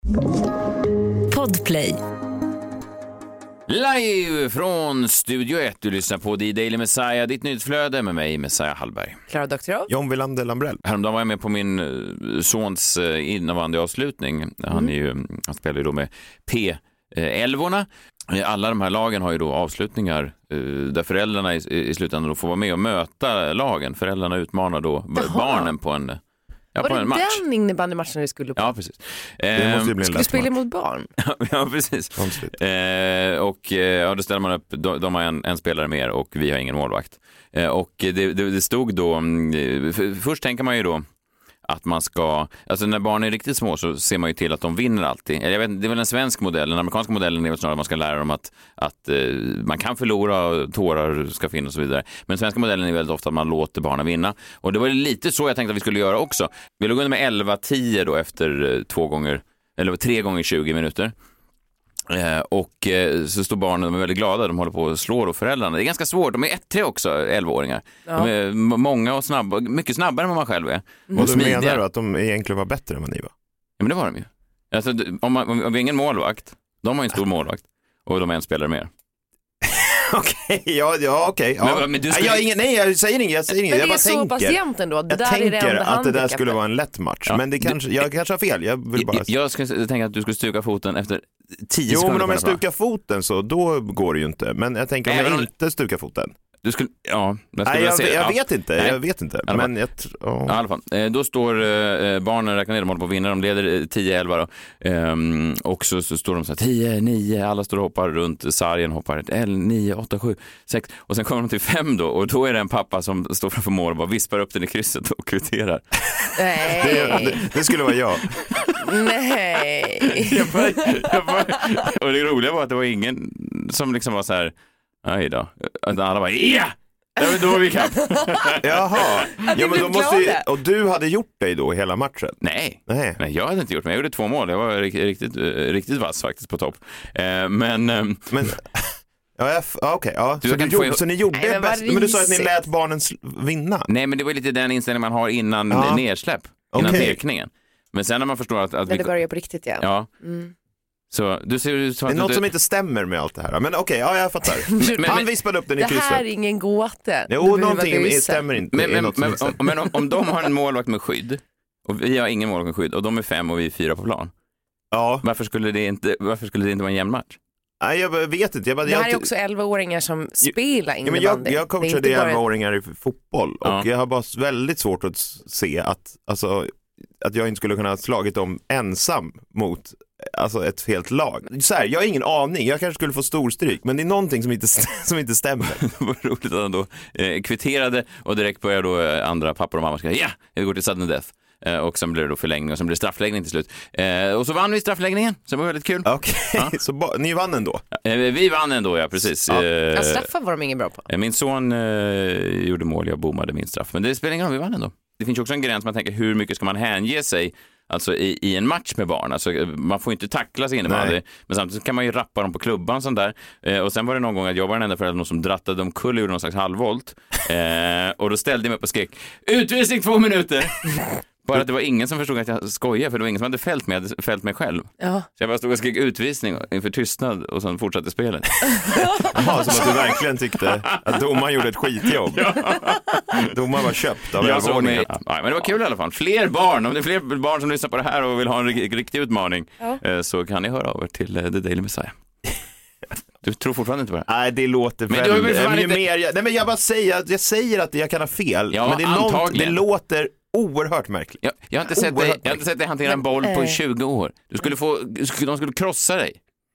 Podplay. Live från Studio 1. Du lyssnar på The Daily Messiah, ditt nyhetsflöde med mig, Messiah Hallberg. Klara Doktorov. John Wilander Lambrell. Häromdagen var jag med på min sons innebandyavslutning. Han spelar ju då med P11-orna. Alla de här lagen har ju då avslutningar där föräldrarna i slutändan då får vara med och möta lagen. Föräldrarna utmanar då barnen på en... Var på det en match. den innebandymatchen du skulle på? Ja, precis. Det måste ju bli en Skulle du spela mot barn? Ja, precis. Då ställer man upp, de har en spelare mer och vi har ingen målvakt. Och det stod då, först tänker man ju då att man ska, alltså när barn är riktigt små så ser man ju till att de vinner alltid. Jag vet, det är väl en svensk modell, den amerikanska modellen är väl snarare att man ska lära dem att man kan förlora och tårar ska finnas och så vidare. Men den svenska modellen är väldigt ofta att man låter barnen vinna. Och det var lite så jag tänkte att vi skulle göra också. Vi låg under med 11-10 då efter 3 gånger 20 minuter. Och så står barnen, de är väldigt glada, de håller på att slå då föräldrarna. Det är ganska svårt, de är 1-3 också, 11-åringar. Ja. De är många och snabba, mycket snabbare än vad man själv är. Och du menar då att de egentligen var bättre än vad ni var? Ja, men det var de ju. Alltså, om vi har ingen målvakt, de har ju en stor målvakt och de är en spelare mer. Okej. Men du skulle... jag säger inget. Men det jag är så pass jämnt ändå. Jag tänker att det där skulle vara en lätt match. Ja. Men jag kanske har fel. Jag skulle tänka att du skulle stuka foten efter 10 sekunder. Jo, men om jag stukar foten så då går det ju inte. Men jag tänker om jag inte stukar foten. Du skulle, ja, jag vet inte. Men i alla fall. Då står barnen räknar ner, de håller på att vinna, de leder 10-11 då. Och så står de så här 10, 9, alla står och hoppar runt sargen, hoppar 9, 8, 7, 6 och sen kommer de till 5 då och då är det en pappa som står framför mål och bara vispar upp den i krysset och kvitterar. Det skulle vara jag. Nej. Och det roliga var att det var ingen som liksom var så här nej då. Alla bara, ja! Då är vi kapp. Jaha. Ja, men då måste ju, och du hade gjort dig då hela matchen? Nej, jag hade inte gjort mig. Jag gjorde 2 mål. Jag var riktigt vass faktiskt på topp. Men okej. Ja. Så ni gjorde det bäst. Men du sa att ni lät barnen vinna. Nej, men det var lite den inställningen man har innan nedsläpp. Innan tekningen. Men sen när man förstår att när det börjar på riktigt, ja. Ja. Mm. Så du ser ut som det är något som inte stämmer med allt det här. Men okej, jag fattar. Han vispade upp den i krysset. Det här är ingen gåta. Jo, någonting stämmer inte. Men om de har en målvakt med skydd och vi har ingen målvakt med skydd och de är 5 och vi är 4 på plan. Ja. Varför skulle det inte vara en jämn match? Nej, jag vet inte. Det här är också 11-åringar som spelar innebandy. Ja, men jag coachade 11-åringar i fotboll och jag har bara väldigt svårt att se att jag inte skulle kunna ha slagit dem ensam mot ett helt lag. Så här, jag har ingen aning. Jag kanske skulle få storstryk, men det är någonting som inte stämmer. Det var roligt att han då kvitterade och direkt började då andra pappor och mamma säga det går till sudden death. Och sen blev det då förlängning och sen blev det straffläggning till slut. Och så vann vi straffläggningen, så det var väldigt kul. Okej, så ni vann ändå? Vi vann ändå, ja, precis. Straffar var de ingen bra på. Min son gjorde mål, jag bommade min straff. Men det spelar ingen roll, vi vann ändå. Det finns också en gräns, man tänker hur mycket ska man hänge sig alltså i en match med barn. Alltså, man får inte tackla sig innebandy, men samtidigt kan man ju rappa dem på klubban sånt där. Och sen var det någon gång att jag var den enda föräldern som drattade omkull och gjorde någon slags halvvolt. Och då ställde jag mig upp och skrek utvisning 2 minuter. Bara att det var ingen som förstod att jag skojade, för det var ingen som hade fällt mig själv. Ja. Så jag bara stod och skrek utvisning inför tystnad och sen fortsatte spelet. Jaha, som att du verkligen tyckte att domaren gjorde ett skitjobb. Ja. Domaren var köpt av övervåningen. Men det var kul i alla fall. Fler barn, om det är fler barn som lyssnar på det här och vill ha en riktig utmaning så kan ni höra över till The Daily Messiah. Du tror fortfarande inte på det? Nej, det låter men jag bara säger att jag kan ha fel. Ja, men det låter oerhört märkligt. Jag har inte sett dig hantera en boll på 20 år. De skulle krossa dig.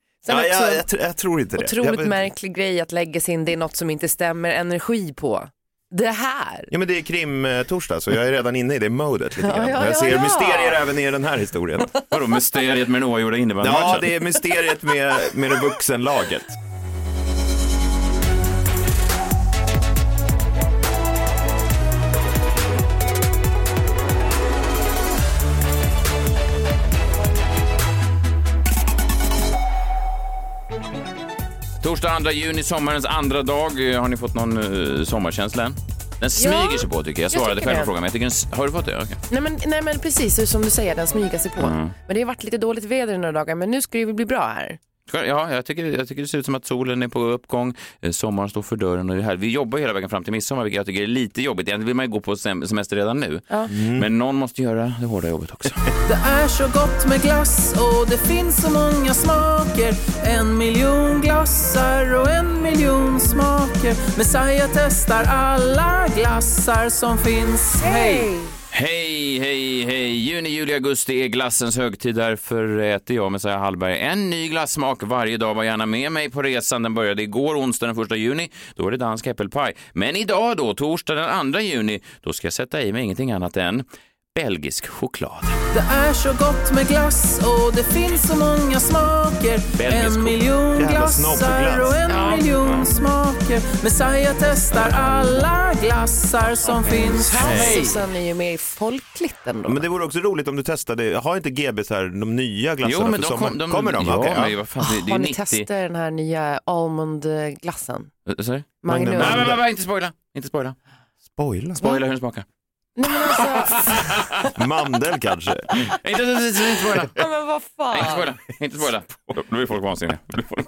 Jag tror inte det. Otroligt märklig grej att lägga sig in, det är något som inte stämmer energi på. Det här. Ja, men det är krim-torsdag, så jag är redan inne i det modet lite grann. Jag ser mysterier även i den här historien. Vadå, mysteriet med den oavgjorda innebandymatchen? Ja, det är mysteriet med det vuxenlaget. Torsdag 2 juni, sommarens andra dag. Har ni fått någon sommarkänsla än? Den smyger sig på tycker jag. Jag svarade själv på frågan, men jag tycker har du fått det? Okay. Nej men precis som du säger, den smyger sig på. Men det har varit lite dåligt väder några dagar, men nu ska det bli bra här. Ja, jag tycker det ser ut som att solen är på uppgång, sommaren står för dörren och det här. Vi jobbar hela vägen fram till midsommar, vilket jag tycker är lite jobbigt. Egentligen vill man ju gå på semester redan nu. Men någon måste göra det hårda jobbet också. Det är så gott med glass och det finns så många smaker. 1 miljon glassar och 1 miljon smaker. Messiah testar alla glassar som finns. Hej! Hej. Juni, juli, augusti är glassens högtid. Därför äter jag, Messiah Hallberg, en ny glassmak varje dag. Var gärna med mig på resan. Den började igår, onsdag den 1 juni. Då är det dansk äppelpaj. Men idag då, torsdag den 2 juni, då ska jag sätta i mig ingenting annat än belgisk choklad. Det är så gott med glass och det finns så många smaker. 1 miljon glassar och 1 miljon smaker. Messiah testar alla glassar som finns. Halsen är ju mer folkligt ändå. Men det vore också roligt om du testade. Har inte GB så här de nya glassarna? Jo, men kommer de? Ja, okay, men vad fan, det är har ni 90... testat den här nya almondglassen? Sorry? Magnum. Nej, inte spoila. Spoila hur den smakar. Nej, men alltså... Mandel kanske. Inte spoila. Ja, men vad fan. Inte spoila. Då är folk vansinniga.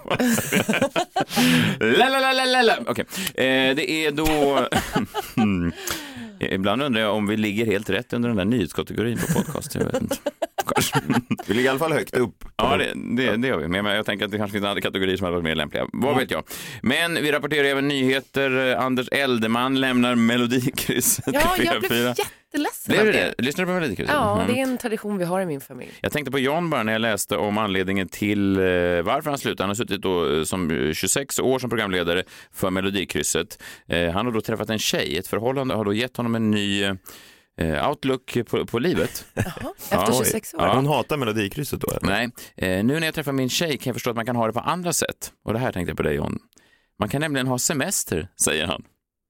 Okej. Det är då... Ibland undrar jag om vi ligger helt rätt under den där nyhetskategorin på podcast. Jag vet inte. Vi ligger i alla fall högt upp. Ja, det gör vi. Men jag tänker att det kanske finns andra kategorier som hade varit mer lämpliga. Vad vet jag. Men vi rapporterar även nyheter. Anders Eldeman lämnar Melodikrysset. Ja, jag blev jätteledsen. Blev det? Lyssnar du på Melodikrysset? Ja, det är en tradition vi har i min familj. Jag tänkte på John bara när jag läste om anledningen till varför han slutade. Han har suttit då som 26 år som programledare för Melodikrysset. Han har då träffat en tjej. Ett förhållande har då gett honom en ny... outlook på livet. Jaha, efter 26 år. Ja. Hon hatar Melodikrysset då? Eller? Nej, nu när jag träffar min tjej kan jag förstå att man kan ha det på andra sätt. Och det här tänkte jag på dig, John. Man kan nämligen ha semester, säger han.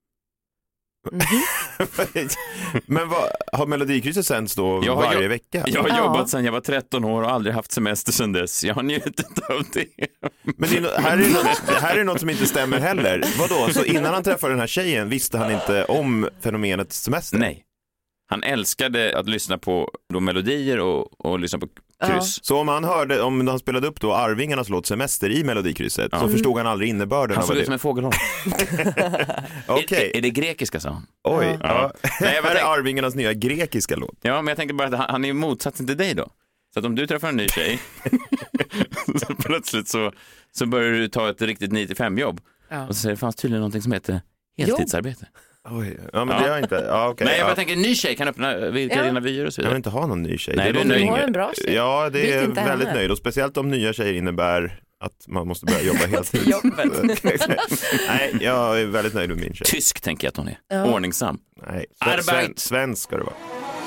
Men har Melodikrysset sänds då varje vecka? Jag har jobbat sedan jag var 13 år och aldrig haft semester sedan dess. Jag har njutit av det. Men här är något som inte stämmer heller. Vadå? Så innan han träffade den här tjejen visste han inte om fenomenet semester? Nej. Han älskade att lyssna på de melodier och lyssna på kryss. Så om han spelade upp då Arvingarnas låt Semester i Melodikrysset så förstod han aldrig innebörden av det. Han såg ut som en fågelholm. Okay. Är det grekiska, sa han? Oj. Ja. Nej, det är Arvingarnas nya grekiska låt. Ja, men jag tänkte bara att han är motsatsen till dig då. Så att om du träffar en ny tjej så plötsligt så börjar du ta ett riktigt 9-5-jobb. Och så säger det fanns tydligen någonting som heter heltidsarbete. Oj, ja men det har jag inte. Ja, okay, nej, jag tänker en ny tjej kan öppna vilka dina vyer och så vidare. Jag vill inte ha någon ny tjej. Nej, du har en bra tjej. Ja, det är väldigt nöjd. Och speciellt om nya tjejer innebär att man måste börja jobba heltid. Nej, jag är väldigt nöjd med min tjej. Tysk tänker jag att hon är. Ja. Ordningsam. Nej, svensk ska det vara.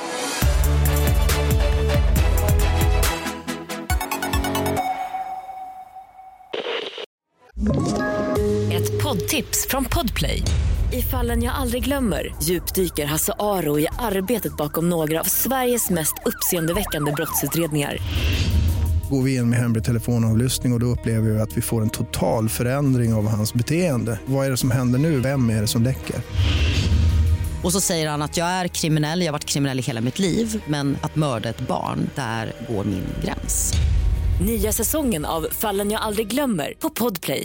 Ett poddtips från Podplay. I Fallen jag aldrig glömmer djupdyker Hasse Aro i arbetet bakom några av Sveriges mest uppseendeväckande brottsutredningar. Går vi in med hemlig telefonavlyssning och då upplever vi att vi får en total förändring av hans beteende. Vad är det som händer nu? Vem är det som läcker? Och så säger han att jag är kriminell, jag har varit kriminell i hela mitt liv. Men att mörda ett barn, där går min gräns. Nya säsongen av Fallen jag aldrig glömmer på Podplay.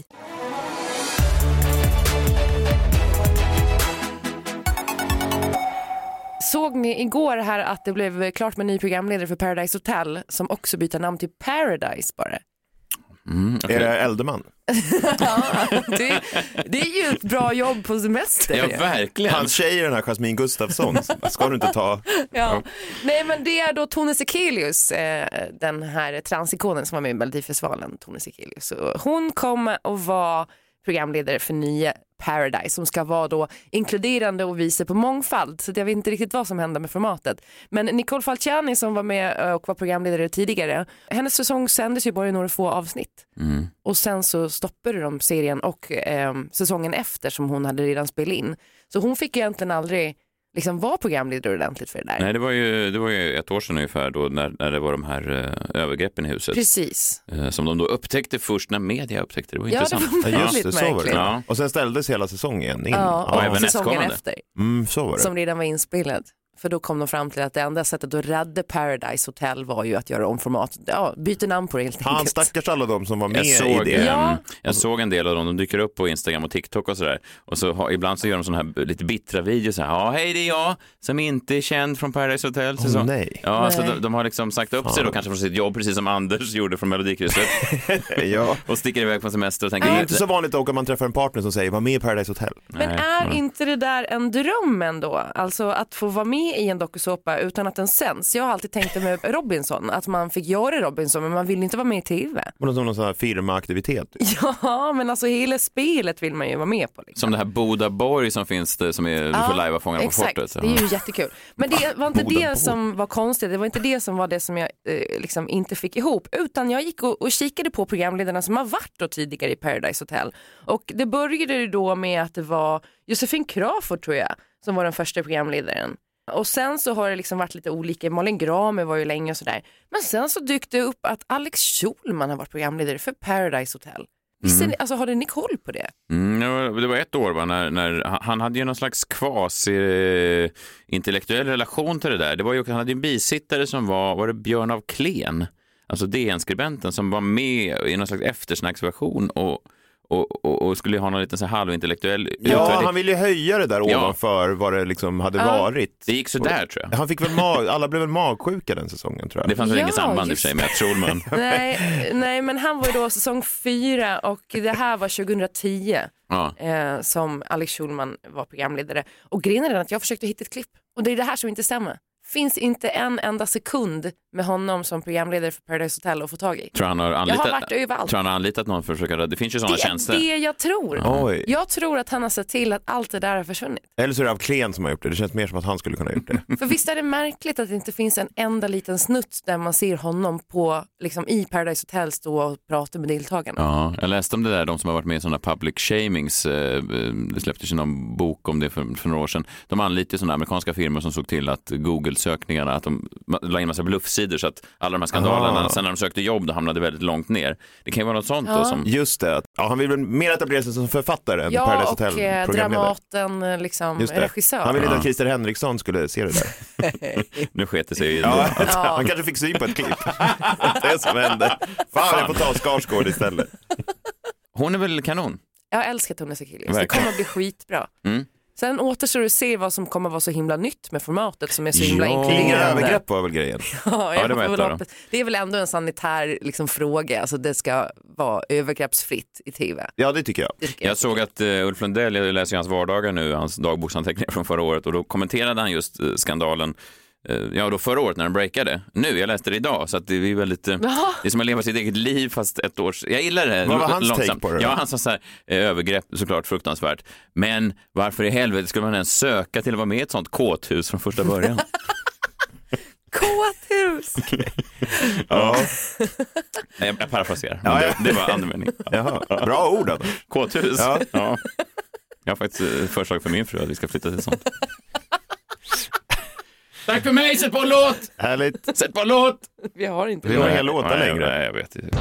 Såg ni igår här att det blev klart med ny programledare för Paradise Hotel som också byter namn till Paradise bara? Okay. Är det Eldeman? Ja, det är ju ett bra jobb på semester. Ja, verkligen. Hans tjej är den här Jasmine Gustafsson. Ska du inte ta... Ja. Nej, men det är då Tone Sekelius, den här transikonen som var med i Melodifestivalen, Tone Sekelius. Hon kommer att vara programledare för nya Paradise som ska vara då inkluderande och visa på mångfald. Så jag vet inte riktigt vad som händer med formatet. Men Nicole Falciani som var med och var programledare tidigare, hennes säsong sändes ju bara i några få avsnitt. Och sen så stoppade de serien och säsongen efter som hon hade redan spelat in. Så hon fick egentligen aldrig liksom var programledare ordentligt för det där. Nej, det var ju ett år sedan ungefär då när det var de här övergreppen i huset. Precis. Som de då upptäckte först när media upptäckte. Det var Ja, intressant. det var väldigt så var det. märkligt. Ja. Och sen ställdes hela säsongen in. Ja, och även säsongen nästkommande. efter. Så var det. Som redan var inspelad. För då kom de fram till att det enda sättet att rädda Paradise Hotel var ju att göra om format. Ja, byta namn på det helt enkelt. Stackars alla de som var med Jag såg, i det. Ja. Jag såg en del av dem, de dyker upp på Instagram och TikTok och sådär. Och så ibland så gör de sådana här lite bittra videos. Ja, hej, det är jag som inte är känd från Paradise Hotel. Nej. Ja, alltså de har liksom sagt upp sig då kanske från sitt jobb, precis som Anders gjorde från Melodikrysset. Ja. Och sticker iväg på semester och tänker... Det är inte så vanligt dock om man träffar en partner som säger var med i Paradise Hotel. Men är inte det där en dröm ändå? Alltså att få vara med i en dokusåpa utan att den sänds. Jag har alltid tänkt det med Robinson, att man fick göra Robinson men man vill inte vara med i tv. Någon sån här firmaaktivitet. Ja, men alltså hela spelet vill man ju vara med på. Liksom. Som det här Bodaborg som finns det, som är, du får lajva Fångarna på fortet. Exakt, det är ju jättekul. Men det var inte det som var konstigt, det var inte det som var det som jag liksom inte fick ihop, utan jag gick och kikade på programledarna som har varit då tidigare i Paradise Hotel. Och det började då med att det var Josefin Crawford, tror jag, som var den första programledaren. Och sen så har det liksom varit lite olika. Malin Gramer var ju länge och sådär. Men sen så dykte det upp att Alex Schulman har varit programledare för Paradise Hotel. Alltså, har ni koll på det? Det var ett år va, när han hade ju någon slags intellektuell relation till det där. Det var ju, han hade en bisittare som var det Björn af Kleen, alltså DN-skribenten, som var med i någon slags eftersnacksversion och skulle ha någon liten så halvintellektuell utvärdering. Han ville ju höja det där ovanför vad det liksom hade varit. Det gick så där, tror jag. Han fick väl alla blev väl magsjuka den säsongen, tror jag. Det fanns väl inget samband i och för sig med att Schulman. nej, men han var ju då säsong 4 och det här var 2010 som Alex Schulman var programledare. Och grejen är att jag försökte hitta ett klipp och det är det här som inte stämmer. Finns inte en enda sekund med honom som programledare för Paradise Hotel att få tag i. Tror han har anlitat, jag har varit överallt. Tror han har anlitat någon för att försöka... Det finns ju sådana tjänster. Det är det jag tror. Oj. Jag tror att han har sett till att allt det där har försvunnit. Eller så är det av Klen som har gjort det. Det känns mer som att han skulle kunna ha gjort det. För visst är det märkligt att det inte finns en enda liten snutt där man ser honom på, liksom, i Paradise Hotel stå och prata med deltagarna. Ja, jag läste om det där, de som har varit med i sådana public shamings. Det släpptes ju någon bok om det för några år sedan. De anlitade sådana amerikanska firmor som såg till att Google-sökningarna, att de la in massa bluffsidor så att alla de här skandalerna, sen när de sökte jobb, då hamnade väldigt långt ner. Det kan ju vara något sånt då som... Just det. Ja, han vill väl mer etablera sig som författare än Paradise Hotel och Dramaten, liksom, regissör. Han ville inte att Christer Henriksson skulle se det där. Nu sket det sig ju. Han kanske fick syn på ett klipp. Det är som hände. Fan, jag får ta Skarsgård istället. Hon är väl kanon? Jag älskar Tone Sekelius. Det kommer att bli skitbra. Sen återstår det att se vad som kommer att vara så himla nytt med formatet som är så himla inkluderande. Inga övergrepp var väl grejen. Det är väl ändå en sanitär liksom, fråga. Alltså det ska vara övergreppsfritt i tv. Ja, det tycker jag. Jag såg att Ulf Lundell, jag läser hans vardagar nu, hans dagboksanteckningar från förra året, och då kommenterade han just skandalen. Ja, då förra året när den breakade. Nu, jag läste det idag, så att det är väldigt... Det är som att leva sitt eget liv fast ett års... Jag gillar det. Vad var hans take på det? Ja, han sa så här, övergrepp, såklart fruktansvärt. Men varför i helvete skulle man ens söka till att vara med i ett sånt kåthus från första början? Kåthus! Okay. Ja. Jag parafraserar. Det var användning. Jaha. Bra ord då. Kåthus? Ja. Jag har faktiskt förslag för min fru att vi ska flytta till sånt. Tack för mig, sätt på en låt! Härligt. Sätt på en låt! Vi har inte vi har inga låtar längre. Nej, jag vet inte.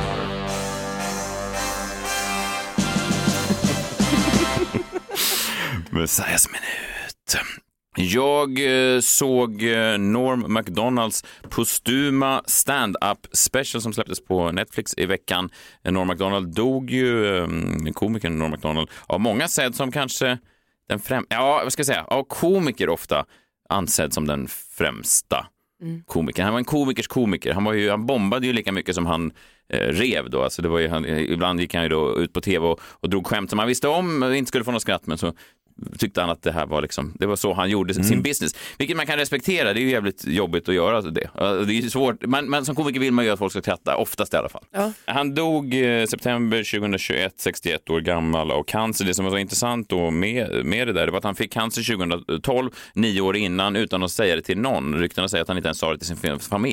Messiahs minut. Jag såg Norm Macdonalds postuma stand-up special som släpptes på Netflix i veckan. Norm Macdonald dog ju, komikern Norm Macdonald, av många sedd som kanske den vad ska jag säga, av komiker ofta ansedd som den främsta komikern. Han var en komikers komiker. Han bombade ju lika mycket som han rev då. Alltså det var ju, ibland gick han ju då ut på tv och drog skämt som han visste om inte skulle få något skratt, men så tyckte han att det här var liksom, det var så han gjorde sin business. Vilket man kan respektera, det är ju jävligt jobbigt att göra det. Det är ju svårt, men som komiker vill man ju att folk ska skratta, oftast i alla fall. Ja. Han dog september 2021, 61 år gammal av cancer. Det som var så intressant då med det där, det var att han fick cancer 2012, 9 år innan, utan att säga det till någon. Ryktena säger att han inte ens sa det till sin familj.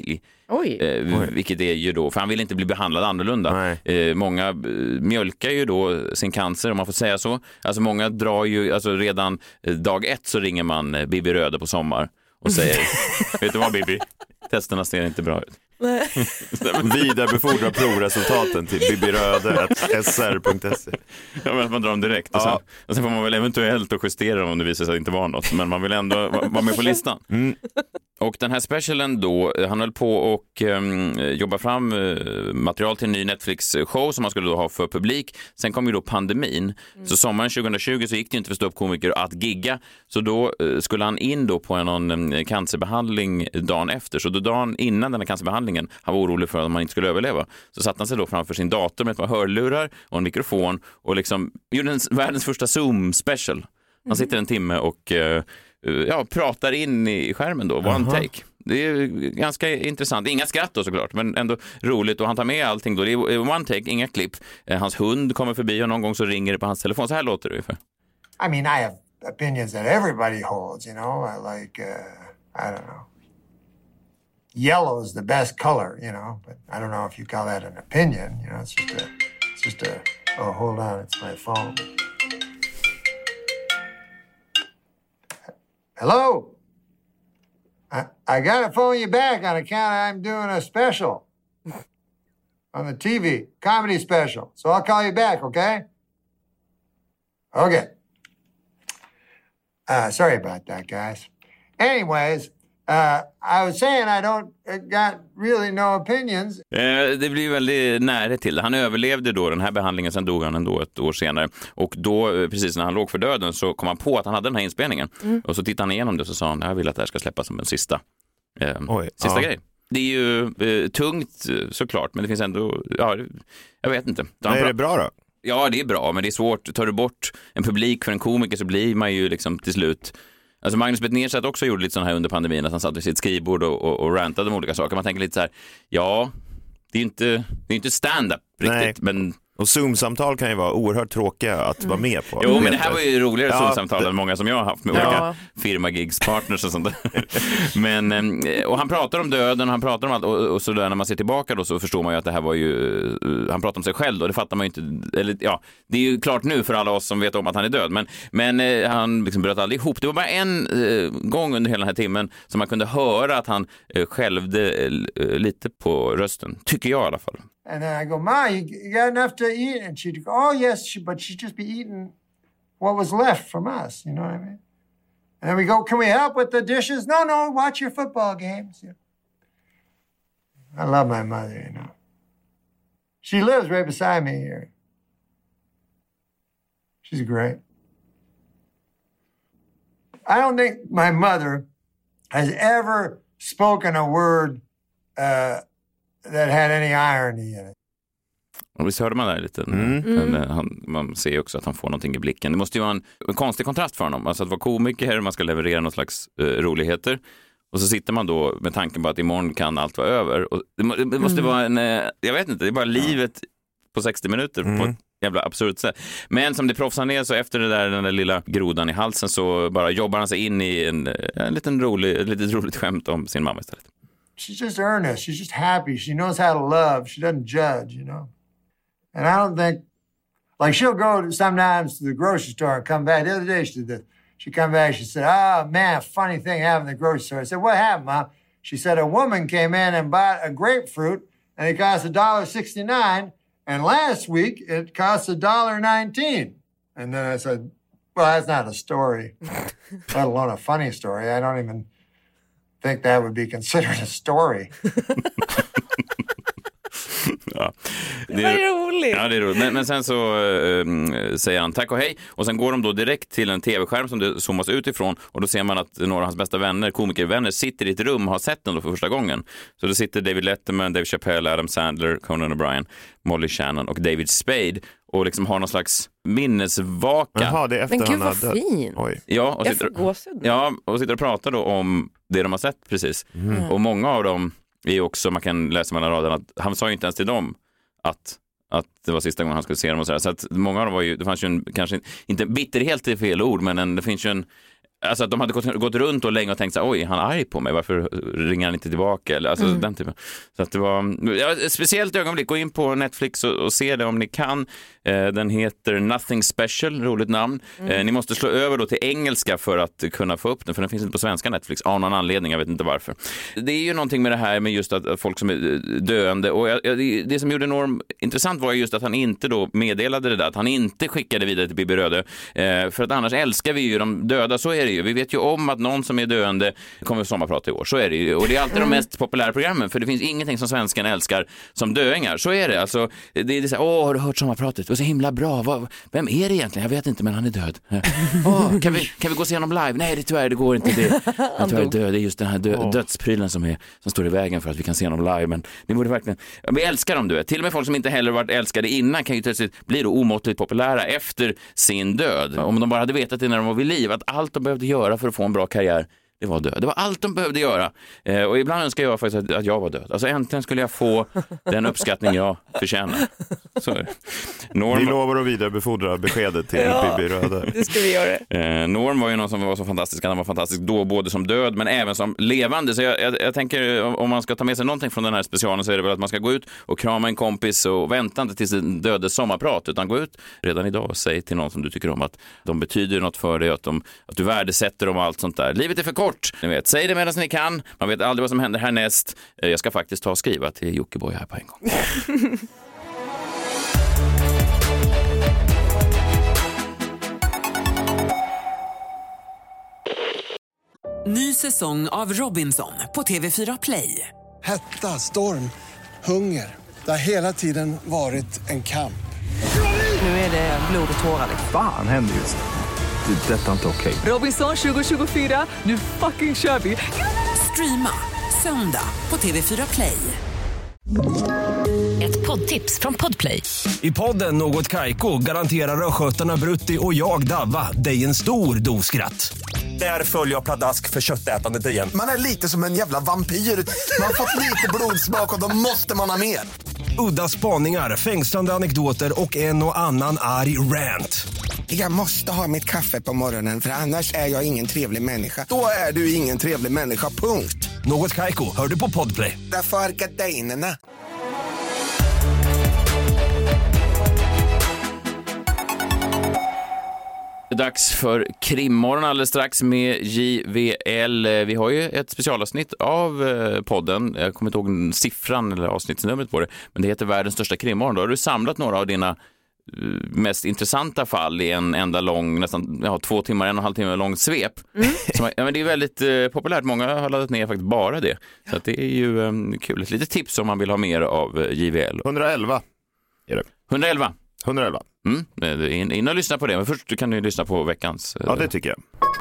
Vilket är ju då, för han vill inte bli behandlad annorlunda. Många mjölkar ju då sin cancer, om man får säga så. Alltså många drar ju, alltså redan dag 1 så ringer man Bibi Röde på sommar och säger, vet du vad Bibi? Testerna ser inte bra ut. Vidarebefordra provresultaten till bibiröde@sr.se. Ja, men man drar dem direkt och sen får man väl eventuellt justera dem om det visar sig inte vara något, men man vill ändå vara med på listan. Och den här specialen då, han höll på och jobba fram material till en ny Netflix-show som man skulle då ha för publik. Sen kom ju då pandemin. Så sommaren 2020 så gick det inte för ståuppkomiker att gigga. Så då skulle han in då på någon cancerbehandling dagen efter. Så då dagen innan den här cancerbehandlingen, han var orolig för att man inte skulle överleva. Så satte han sig då framför sin dator med ett par hörlurar och en mikrofon och liksom gjorde världens första Zoom-special. Han sitter en timme och pratar in i skärmen då, one take. Det är ganska intressant. Inga skratt då såklart, men ändå roligt. Och han tar med allting då. Det är one take, inga klipp. Hans hund kommer förbi och någon gång så ringer det på hans telefon. Så här låter det ungefär. I mean, I have opinions that everybody holds, you know. I like, I don't know. Yellow is the best color, you know. But I don't know if you call that an opinion. You know, it's just a oh, hold on, it's my phone. Hello? I got to phone you back on account I'm doing a special on the TV, comedy special. So I'll call you back, okay? Okay. Sorry about that, guys. Anyways, I was saying I got really no opinions. Det blir väldigt nära till det. Han överlevde då den här behandlingen, sen dog han ändå ett år senare. Och då, precis när han låg för döden, så kom han på att han hade den här inspelningen. Och så tittade han igenom det och så sa han, jag vill att det här ska släppas som en sista grej. Det är ju tungt såklart, men det finns ändå, jag vet inte. Är det bra då? Ja, det är bra, men det är svårt. Tar du bort en publik för en komiker så blir man ju liksom till slut... Alltså Magnus Bettner också gjorde lite sån här under pandemin, att han satt vid sitt skrivbord och rantade om olika saker. Man tänker lite så här, det är inte stand-up riktigt, men... Och Zoom-samtal kan ju vara oerhört tråkiga att vara med på. Jo, men det här var ju roligare Zoom-samtal än många som jag har haft med olika firma-gigs-partners och sånt där. Men, och han pratar om döden, han pratar om allt, och så där, när man ser tillbaka då så förstår man ju att det här var ju, han pratar om sig själv då, det fattar man ju inte, eller det är ju klart nu för alla oss som vet om att han är död, men han liksom bröt aldrig ihop. Det var bara en gång under hela den här timmen som man kunde höra att han skälvde lite på rösten, tycker jag i alla fall. And then I go, Ma, you got enough to eat? And she'd go, oh, yes, but she'd just be eating what was left from us. You know what I mean? And then we go, can we help with the dishes? No, watch your football games. You know? I love my mother, you know. She lives right beside me here. She's great. I don't think my mother has ever spoken a word that had any irony in it. Och visst hörde man där lite. Man ser ju också att han får någonting i blicken. Det måste ju vara en konstig kontrast för honom. Alltså att vara komiker, man ska leverera någon slags roligheter. Och så sitter man då med tanken på att imorgon kan allt vara över. Och det måste vara jag vet inte, det är bara livet på 60 minuter på ett jävla absurt sätt. Men som det proffsar ner så efter den där lilla grodan i halsen så bara jobbar han sig in i ett litet roligt skämt om sin mamma istället. She's just earnest. She's just happy. She knows how to love. She doesn't judge, you know. And I don't think, like she'll go sometimes to the grocery store and come back. The other day she come back, she said, oh man, funny thing happened in the grocery store. I said, what happened, Mom? She said, a woman came in and bought a grapefruit and it cost $1.69. And last week it cost $1.19. And then I said, well, that's not a story, let alone a funny story. I don't even think that would be considered a story. Det är roligt. Ja, det är roligt. Men sen så säger han tack och hej. Och sen går de då direkt till en tv-skärm som det zoomas utifrån. Och då ser man att några av hans bästa vänner, komikervänner, sitter i ett rum och har sett den då för första gången. Så då sitter David Letterman, Dave Chappelle, Adam Sandler, Conan O'Brien, Molly Shannon och David Spade. Och liksom har någon slags minnesvaka. Jaha, det är efter men gud han vad fint. Ja, och sitter och pratar då om det de har sett precis. Och många av dem är också, man kan läsa mellan raderna, att han sa ju inte ens till dem att det var sista gången han skulle se dem och så att många av dem var ju, det fanns ju en, kanske inte bitterhet i fel ord, men det finns ju Alltså att de hade gått runt och länge och tänkt så här, oj, han är arg på mig, varför ringer han inte tillbaka? Eller, alltså, den typen. Så att det var ett speciellt ögonblick. Gå in på Netflix och se det om ni kan. Den heter Nothing Special, roligt namn. Ni måste slå över då till engelska för att kunna få upp den, för den finns inte på svenska Netflix av någon anledning, jag vet inte varför. Det är ju någonting med det här med just att folk som är döende, och det som gjorde Norm intressant var just att han inte då meddelade det där, att han inte skickade vidare till Bibi Röde, för att annars älskar vi ju de döda, så är det ju. Vi vet ju om att någon som är döende kommer sommarprata i år, så är det ju. Och det är alltid de mest populära programmen, för det finns ingenting som svenskan älskar som döingar, så är det. Alltså, det är så här, har du hört sommarpratet? Det var så himla bra. Vem är det egentligen? Jag vet inte, men han är död. Kan vi gå och se honom live? Nej, det går inte. Han tyvärr är död. Det är just den här dödsprylen som står i vägen för att vi kan se honom live. Men det borde verkligen... Vi älskar dem, du vet. Till och med folk som inte heller varit älskade innan kan ju plötsligt bli då omåttligt populära efter sin död. Om de bara hade vetat det när de var vid liv, att allt de behövde göra för att få en bra karriär, det var död. Det var allt de behövde göra. Och ibland önskar jag faktiskt att jag var död. Alltså äntligen skulle jag få den uppskattning jag förtjänar. Så är det. Vi lovar att vidarebefordra beskedet till Bibi Röde. Det ska vi göra. Norm var ju någon som var så fantastisk. Han var fantastisk då, både som död men även som levande. Så jag tänker, om man ska ta med sig någonting från den här specialen, så är det väl att man ska gå ut och krama en kompis och vänta inte tills den dödes sommarprat, utan gå ut redan idag och säg till någon som du tycker om att de betyder något för dig, att du värdesätter dem och allt sånt där. Livet är för kort. Ni vet, säg det medan ni kan. Man vet aldrig vad som händer härnäst. Jag ska faktiskt ta och skriva till Jockiboi här på en gång. Ny säsong av Robinson på TV4 Play. Hetta, storm, hunger. Det har hela tiden varit en kamp. Nu är det blod och tårar. Fan händer just det. Det är detta inte okej. Robinson 2024, nu fucking kör vi. Streama söndag på TV4 Play. Ett poddtips från Podplay. I podden Något Kaiko garanterar röskötarna Brutti och jag Davva dig en stor doskratt. Där följer jag pladask för köttätandet igen. Man är lite som en jävla vampyr. Man har fått lite blodsmak och då måste man ha mer. Udda spaningar, fängslande anekdoter och en och annan arg rant. Jag måste ha mitt kaffe på morgonen, för annars är jag ingen trevlig människa. Då är du ingen trevlig människa, punkt. Något Kaiko, hör du på Podplay. Därför är gardinerna. Dags för Krimmorgon alldeles strax med JVL. Vi har ju ett specialavsnitt av podden. Jag kommer inte ihåg siffran eller avsnittsnumret på det, men det heter Världens största Krimmorgon. Då har du samlat några av dina mest intressanta fall i en enda lång, nästan 2 timmar, 1,5 timme lång svep. Men det är väldigt populärt. Många har laddat ner faktiskt bara det. Så att det är ju kul. Ett litet tips om man vill ha mer av JVL. 111 är det. 111? 111. In och lyssna på det. Men först kan du lyssna på veckans. Ja, det tycker jag.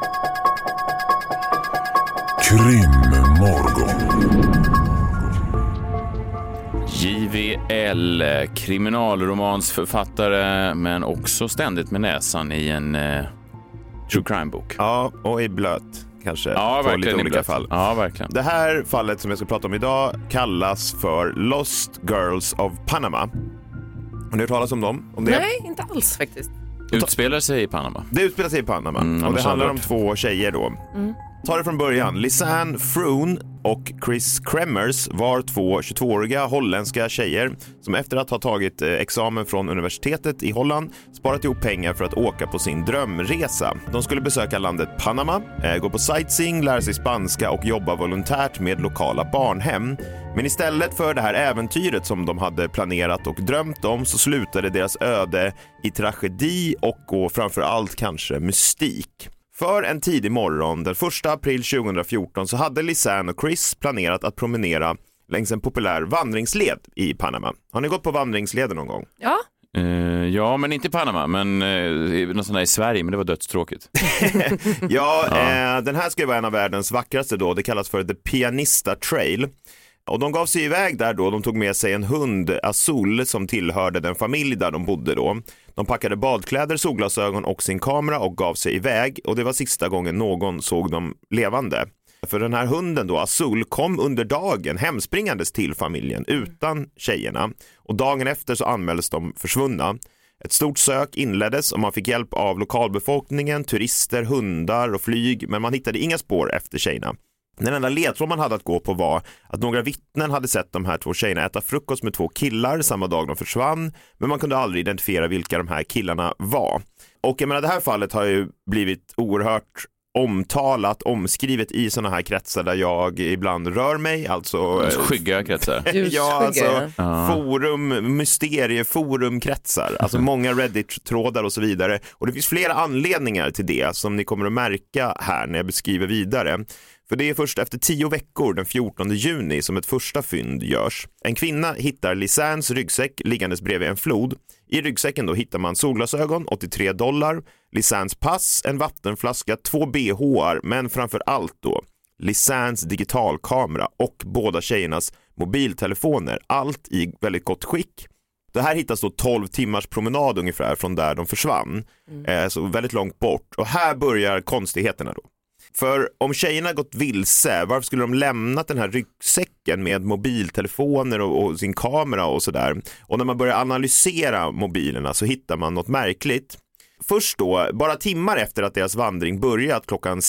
Krimmorgon. JVL, kriminalromansförfattare, men också ständigt med näsan i en true crime-bok. Ja, och i blöt kanske. Ja, verkligen. Lite olika fall. Ja, verkligen. Det här fallet som jag ska prata om idag kallas för Lost Girls of Panama. Har ni hört talas om dem? Om det? Nej, inte alls faktiskt. Utspelar sig i Panama. Det utspelar sig i Panama. Och det handlar om 2 tjejer då. Ta det från början. Lisanne Froon och Chris Kremers var 2 22-åriga holländska tjejer som efter att ha tagit examen från universitetet i Holland sparat ihop pengar för att åka på sin drömresa. De skulle besöka landet Panama, gå på sightseeing, lära sig spanska och jobba volontärt med lokala barnhem. Men istället för det här äventyret som de hade planerat och drömt om, så slutade deras öde i tragedi och framför allt kanske mystik. För en tidig morgon den 1 april 2014 så hade Lisanne och Chris planerat att promenera längs en populär vandringsled i Panama. Har ni gått på vandringsleden någon gång? Ja. Ja, men inte i Panama, men någon sån där i Sverige, men det var dödstråkigt. Den här ska vara en av världens vackraste då. Det kallas för The Pianista Trail. Och de gav sig iväg där då. De tog med sig en hund, Azul, som tillhörde den familj där de bodde då. De packade badkläder, solglasögon och sin kamera och gav sig iväg. Och det var sista gången någon såg dem levande. För den här hunden då, Azul, kom under dagen hemspringandes till familjen utan tjejerna. Och dagen efter så anmäldes de försvunna. Ett stort sök inleddes och man fick hjälp av lokalbefolkningen, turister, hundar och flyg, men man hittade inga spår efter tjejerna. Den enda ledtråd man hade att gå på var att några vittnen hade sett de här 2 tjejerna äta frukost med 2 killar samma dag de försvann, men man kunde aldrig identifiera vilka de här killarna var. Och jag menar, det här fallet har ju blivit oerhört omtalat, omskrivet i sådana här kretsar där jag ibland rör mig, alltså skygga kretsar. Ja, alltså mysterieforumkretsar, alltså många Reddit-trådar och så vidare. Och det finns flera anledningar till det som ni kommer att märka här när jag beskriver vidare. För det är först efter 10 veckor, den 14 juni, som ett första fynd görs. En kvinna hittar Lisannes ryggsäck liggandes bredvid en flod. I ryggsäcken då hittar man solglasögon, $83, Lisannes pass, en vattenflaska, 2 BH:ar, men framför allt då Lisannes digitalkamera och båda tjejernas mobiltelefoner. Allt i väldigt gott skick. Det här hittas då 12 timmars promenad ungefär från där de försvann. Så väldigt långt bort. Och här börjar konstigheterna då. För om tjejerna gått vilse, varför skulle de lämnat den här ryggsäcken med mobiltelefoner och sin kamera och sådär? Och när man börjar analysera mobilerna så hittar man något märkligt. Först då, bara timmar efter att deras vandring börjat klockan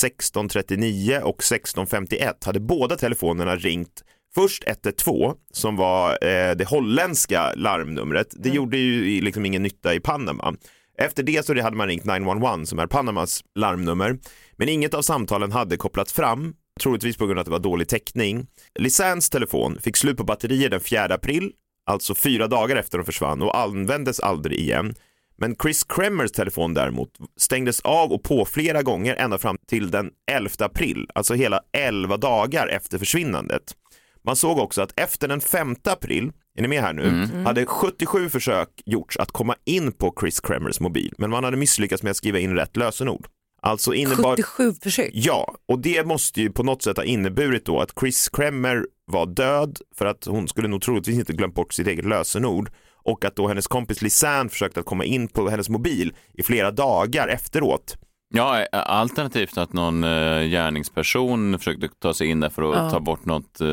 16.39 och 16.51 hade båda telefonerna ringt. Först 112 som var det holländska larmnumret. Det gjorde ju liksom ingen nytta i Panama. Efter det så hade man ringt 911 som är Panamas larmnummer. Men inget av samtalen hade kopplats fram, troligtvis på grund av att det var dålig täckning. Lisannes telefon fick slut på batterier den 4 april, alltså 4 dagar efter de försvann, och användes aldrig igen. Men Chris Kremers telefon däremot stängdes av och på flera gånger ända fram till den 11 april, alltså hela 11 dagar efter försvinnandet. Man såg också att efter den 5 april, är ni med här nu, hade 77 försök gjorts att komma in på Chris Kremers mobil, men man hade misslyckats med att skriva in rätt lösenord. Alltså 77 försök? Ja, och det måste ju på något sätt ha inneburit då att Chris Kremer var död, för att hon skulle nog troligtvis inte glömt bort sitt eget lösenord, och att då hennes kompis Lisanne försökte att komma in på hennes mobil i flera dagar efteråt. Ja, alternativt att någon gärningsperson försökte ta sig in där för att ta bort något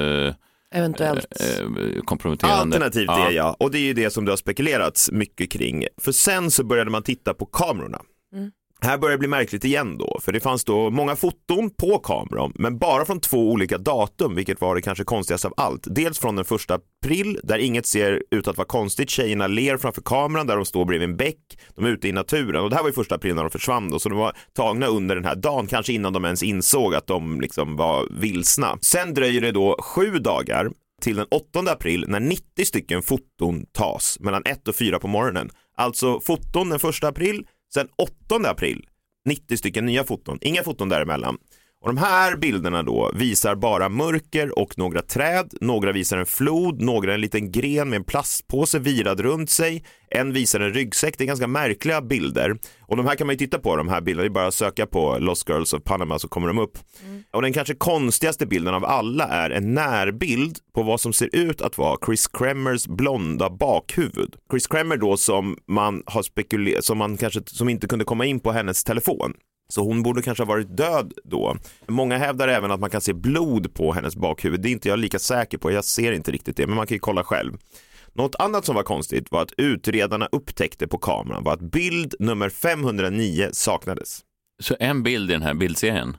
eventuellt komprometterande. Alternativt det, ja. Och det är ju det som det har spekulerats mycket kring. För sen så började man titta på kamerorna. Här börjar det bli märkligt igen då, för det fanns då många foton på kameran, men bara från 2 olika datum, vilket var det kanske konstigaste av allt. Dels från den 1 april, där inget ser ut att vara konstigt. Tjejerna ler framför kameran där de står bredvid en bäck. De är ute i naturen, och det här var ju 1 april när de försvann då, så de var tagna under den här dagen, kanske innan de ens insåg att de liksom var vilsna. Sen dröjer det då 7 dagar till den 8 april när 90 stycken foton tas mellan 1 och 4 på morgonen. Alltså foton den 1 april, sen 8 april, 90 stycken nya foton, inga foton däremellan. Och de här bilderna då visar bara mörker och några träd, några visar en flod, några en liten gren med en plastpåse virad runt sig, en visar en ryggsäck. Det är ganska märkliga bilder. Och de här kan man ju titta på, de här bilderna, det är bara att söka på Lost Girls of Panama så kommer de upp. Och den kanske konstigaste bilden av alla är en närbild på vad som ser ut att vara Chris Kremers blonda bakhuvud. Chris Kremer då som man har spekulerat, som inte kunde komma in på hennes telefon. Så hon borde kanske ha varit död då. Många hävdar även att man kan se blod på hennes bakhuvud. Det är inte jag lika säker på, jag ser inte riktigt det, men man kan ju kolla själv. Något annat som var konstigt var att utredarna upptäckte på kameran var att bild nummer 509 saknades. Så en bild i den här bildserien?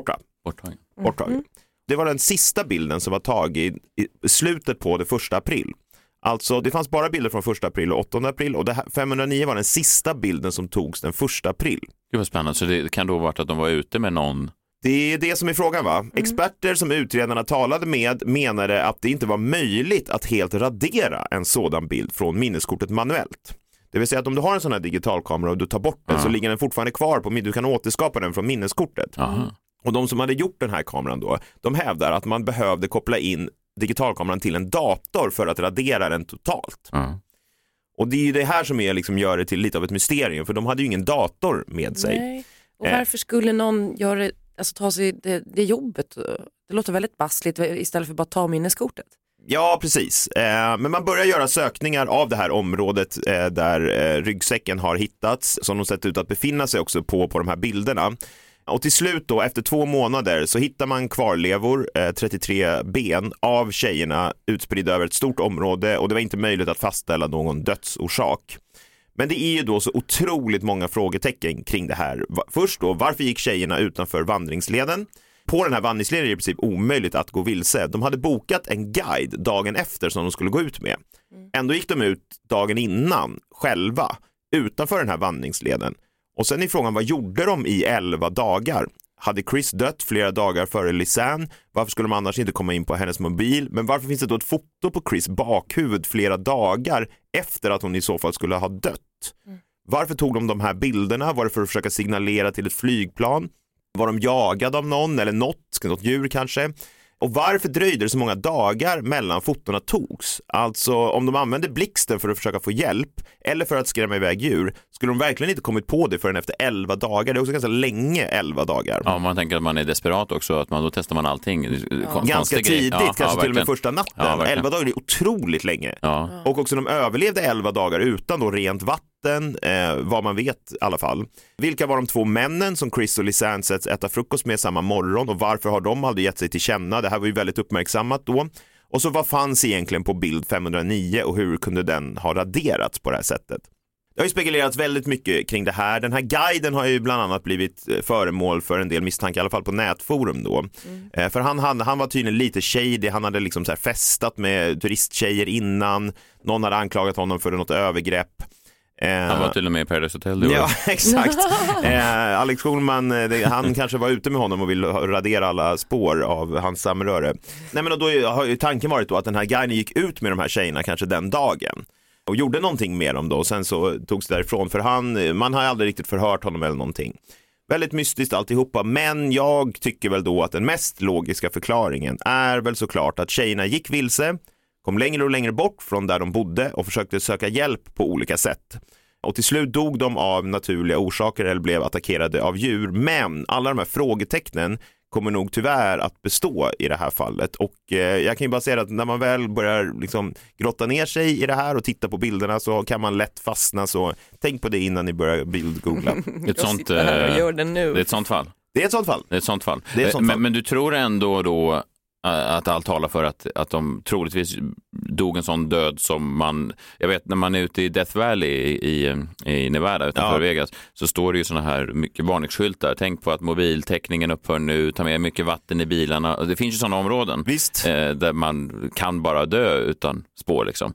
Borttagen. Det var den sista bilden som var tagen i slutet på det 1 april. Alltså det fanns bara bilder från 1 april och 8 april, och det här 509 var den sista bilden som togs den 1 april. Det var spännande, så det kan då ha varit att de var ute med någon. Det är det som är frågan, va? Experter som utredarna talade med menade att det inte var möjligt att helt radera en sådan bild från minneskortet manuellt. Det vill säga att om du har en sån här digitalkamera och du tar bort den så ligger den fortfarande kvar på, du kan återskapa den från minneskortet. Och de som hade gjort den här kameran då, de hävdar att man behövde koppla in digitalkameran till en dator för att radera den totalt. Och det är ju det här som är, liksom, gör det till lite av ett mysterium, för de hade ju ingen dator med sig. Nej. Och varför skulle någon göra, alltså, ta sig det jobbet? Det låter väldigt bassligt istället för bara ta minneskortet. Ja, precis. Men man börjar göra sökningar av det här området där ryggsäcken har hittats, som de sett ut att befinna sig också på de här bilderna. Och till slut då, efter 2 månader, så hittar man kvarlevor, 33 ben av tjejerna utspridda över ett stort område, och det var inte möjligt att fastställa någon dödsorsak. Men det är ju då så otroligt många frågetecken kring det här. Först då, varför gick tjejerna utanför vandringsleden? På den här vandringsleden är det i princip omöjligt att gå vilse. De hade bokat en guide dagen efter som de skulle gå ut med. Ändå gick de ut dagen innan själva utanför den här vandringsleden. Och sen är frågan, vad gjorde de i 11 dagar? Hade Chris dött flera dagar före Lisanne? Varför skulle de annars inte komma in på hennes mobil? Men varför finns det då ett foto på Chris bakhuvud flera dagar efter att hon i så fall skulle ha dött? Varför tog de här bilderna? Var det för att försöka signalera till ett flygplan? Var de jagade av någon eller något djur kanske? Och varför dröjde det så många dagar mellan fotorna togs? Alltså om de använde blixten för att försöka få hjälp eller för att skrämma iväg djur, skulle de verkligen inte kommit på det förrän efter 11 dagar. Det är också ganska länge 11 dagar. Ja, man tänker att man är desperat också, att då testar man allting. Ganska tidigt, kanske till och med första natten. Ja, 11 dagar är otroligt länge. Ja. Och också de överlevde 11 dagar utan då rent vatten, vad man vet i alla fall. Vilka var de 2 männen som Chris och Lisanne sätts äta frukost med samma morgon, och varför har de aldrig gett sig till känna? Det här var ju väldigt uppmärksammat då. Och så vad fanns egentligen på bild 509 och hur kunde den ha raderats på det här sättet? Det har ju spekulerats väldigt mycket kring det här. Den här guiden har ju bland annat blivit föremål för en del misstanke, i alla fall på nätforum då. För han var tydligen lite shady, han hade liksom så här festat med turisttjejer innan. Någon hade anklagat honom för något övergrepp. Han var till och med i Paradise Hotel. Ja, exakt. Alex Schulman, han kanske var ute med honom och ville radera alla spår av hans samröre. Nej, men då har ju tanken varit då att den här guiden gick ut med de här tjejerna kanske den dagen och gjorde någonting med dem då, och sen så togs det därifrån, för man har aldrig riktigt förhört honom eller någonting. Väldigt mystiskt alltihopa, men jag tycker väl då att den mest logiska förklaringen är väl såklart att tjejerna gick vilse, kom längre och längre bort från där de bodde och försökte söka hjälp på olika sätt. Och till slut dog de av naturliga orsaker eller blev attackerade av djur, men alla de här frågetecknen kommer nog tyvärr att bestå i det här fallet. Och jag kan ju bara säga att när man väl börjar liksom grotta ner sig i det här och titta på bilderna så kan man lätt fastna, så tänk på det innan ni börjar bildgoogla. Det är ett sånt fall. Det är ett sånt fall. Det är ett sånt fall. Men du tror ändå då att allt talar för att de troligtvis dog en sån död som man, jag vet när man är ute i Death Valley i Nevada utanför Vegas, så står det ju såna här mycket varningsskyltar. Tänk på att mobiltäckningen upphör nu, ta med mycket vatten i bilarna. Det finns ju sådana områden där man kan bara dö utan spår liksom.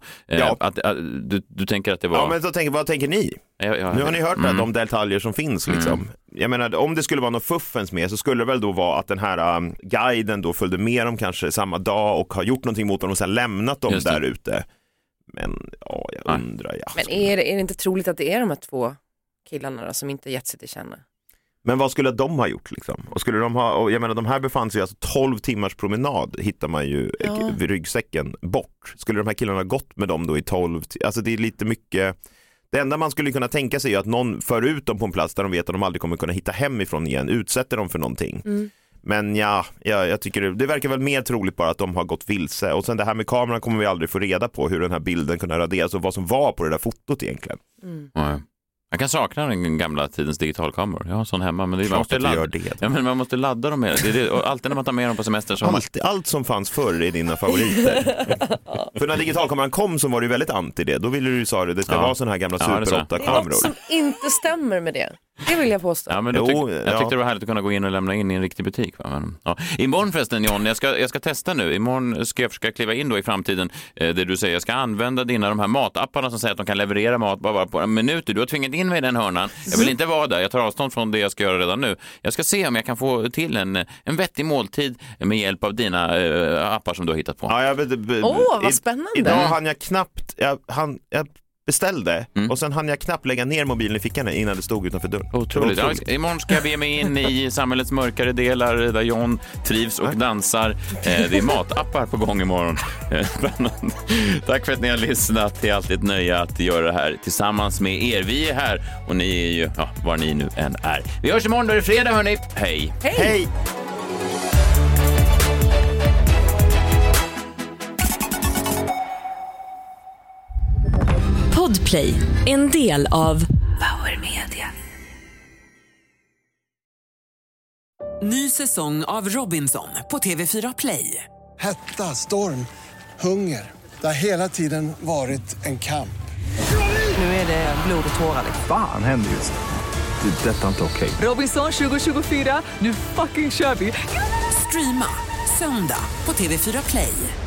Du tänker att det var... Ja, men vad tänker ni? Nu har ni hört de detaljer som finns liksom. Jag menar, om det skulle vara något fuffens med, så skulle det väl då vara att den här guiden då följde med dem kanske samma dag och har gjort någonting mot dem och sen lämnat dem där ute. Men jag undrar. Men är det inte troligt att det är de här 2 killarna då, som inte gett sig till känna? Men vad skulle de ha gjort liksom? Och skulle de ha, och jag menar, de här befann sig alltså 12 timmars promenad hittar man ju vid ryggsäcken bort. Skulle de här killarna ha gått med dem då i 12 alltså det är lite mycket. Det enda man skulle kunna tänka sig är att någon för ut dem på en plats där de vet att de aldrig kommer kunna hitta hemifrån igen, utsätter dem för någonting. Men jag tycker det verkar väl mer troligt bara att de har gått vilse. Och sen det här med kameran kommer vi aldrig få reda på, hur den här bilden kunde raderas och vad som var på det där fotot egentligen. Jag kan sakna den gamla tidens digitalkameror. Jag har en sån hemma, men man måste ladda dem med det. Och alltid när man tar med dem på semester så allt som fanns förr är dina favoriter. För när digitalkameran kom så var det ju väldigt anti det. Då ville du ju säga det ska vara såna här gamla Super 8-kameror. Något som inte stämmer med det. Det vill jag påstå. Ja, men jag tyckte det var härligt att kunna gå in och lämna in i en riktig butik. Va? Men, imorgon förresten, John, jag ska testa nu. Imorgon ska jag försöka kliva in då i framtiden. Det du säger, jag ska använda de här matapparna som säger att de kan leverera mat bara på en minut. Du har tvingat in mig i den hörnan. Jag vill inte våra där. Jag tar avstånd från det jag ska göra redan nu. Jag ska se om jag kan få till en vettig måltid med hjälp av dina appar som du har hittat på. Ja, vad spännande. Idag hann jag knappt... Jag beställde och sen hann jag knappt lägga ner mobilen i fickan innan det stod utanför dörren. Otroligt. Ja, imorgon ska jag be mig in i samhällets mörkare delar där John trivs och dansar. Det är matappar på gång imorgon. Tack för att ni har lyssnat. Det är alltid ett nöje att göra det här tillsammans med er. Vi är här och ni är ju var ni nu än är. Vi hörs imorgon, då är det fredag hörni. Hej! Hej! Podplay, en del av Power Media. Ny säsong av Robinson på TV4 Play. Hetta, storm, hunger. Det har hela tiden varit en kamp. Nu är det blod och tårar. Fan händer just det. Det är detta inte okej. Robinson 2024, nu fucking kör vi! Streama söndag på TV4 Play.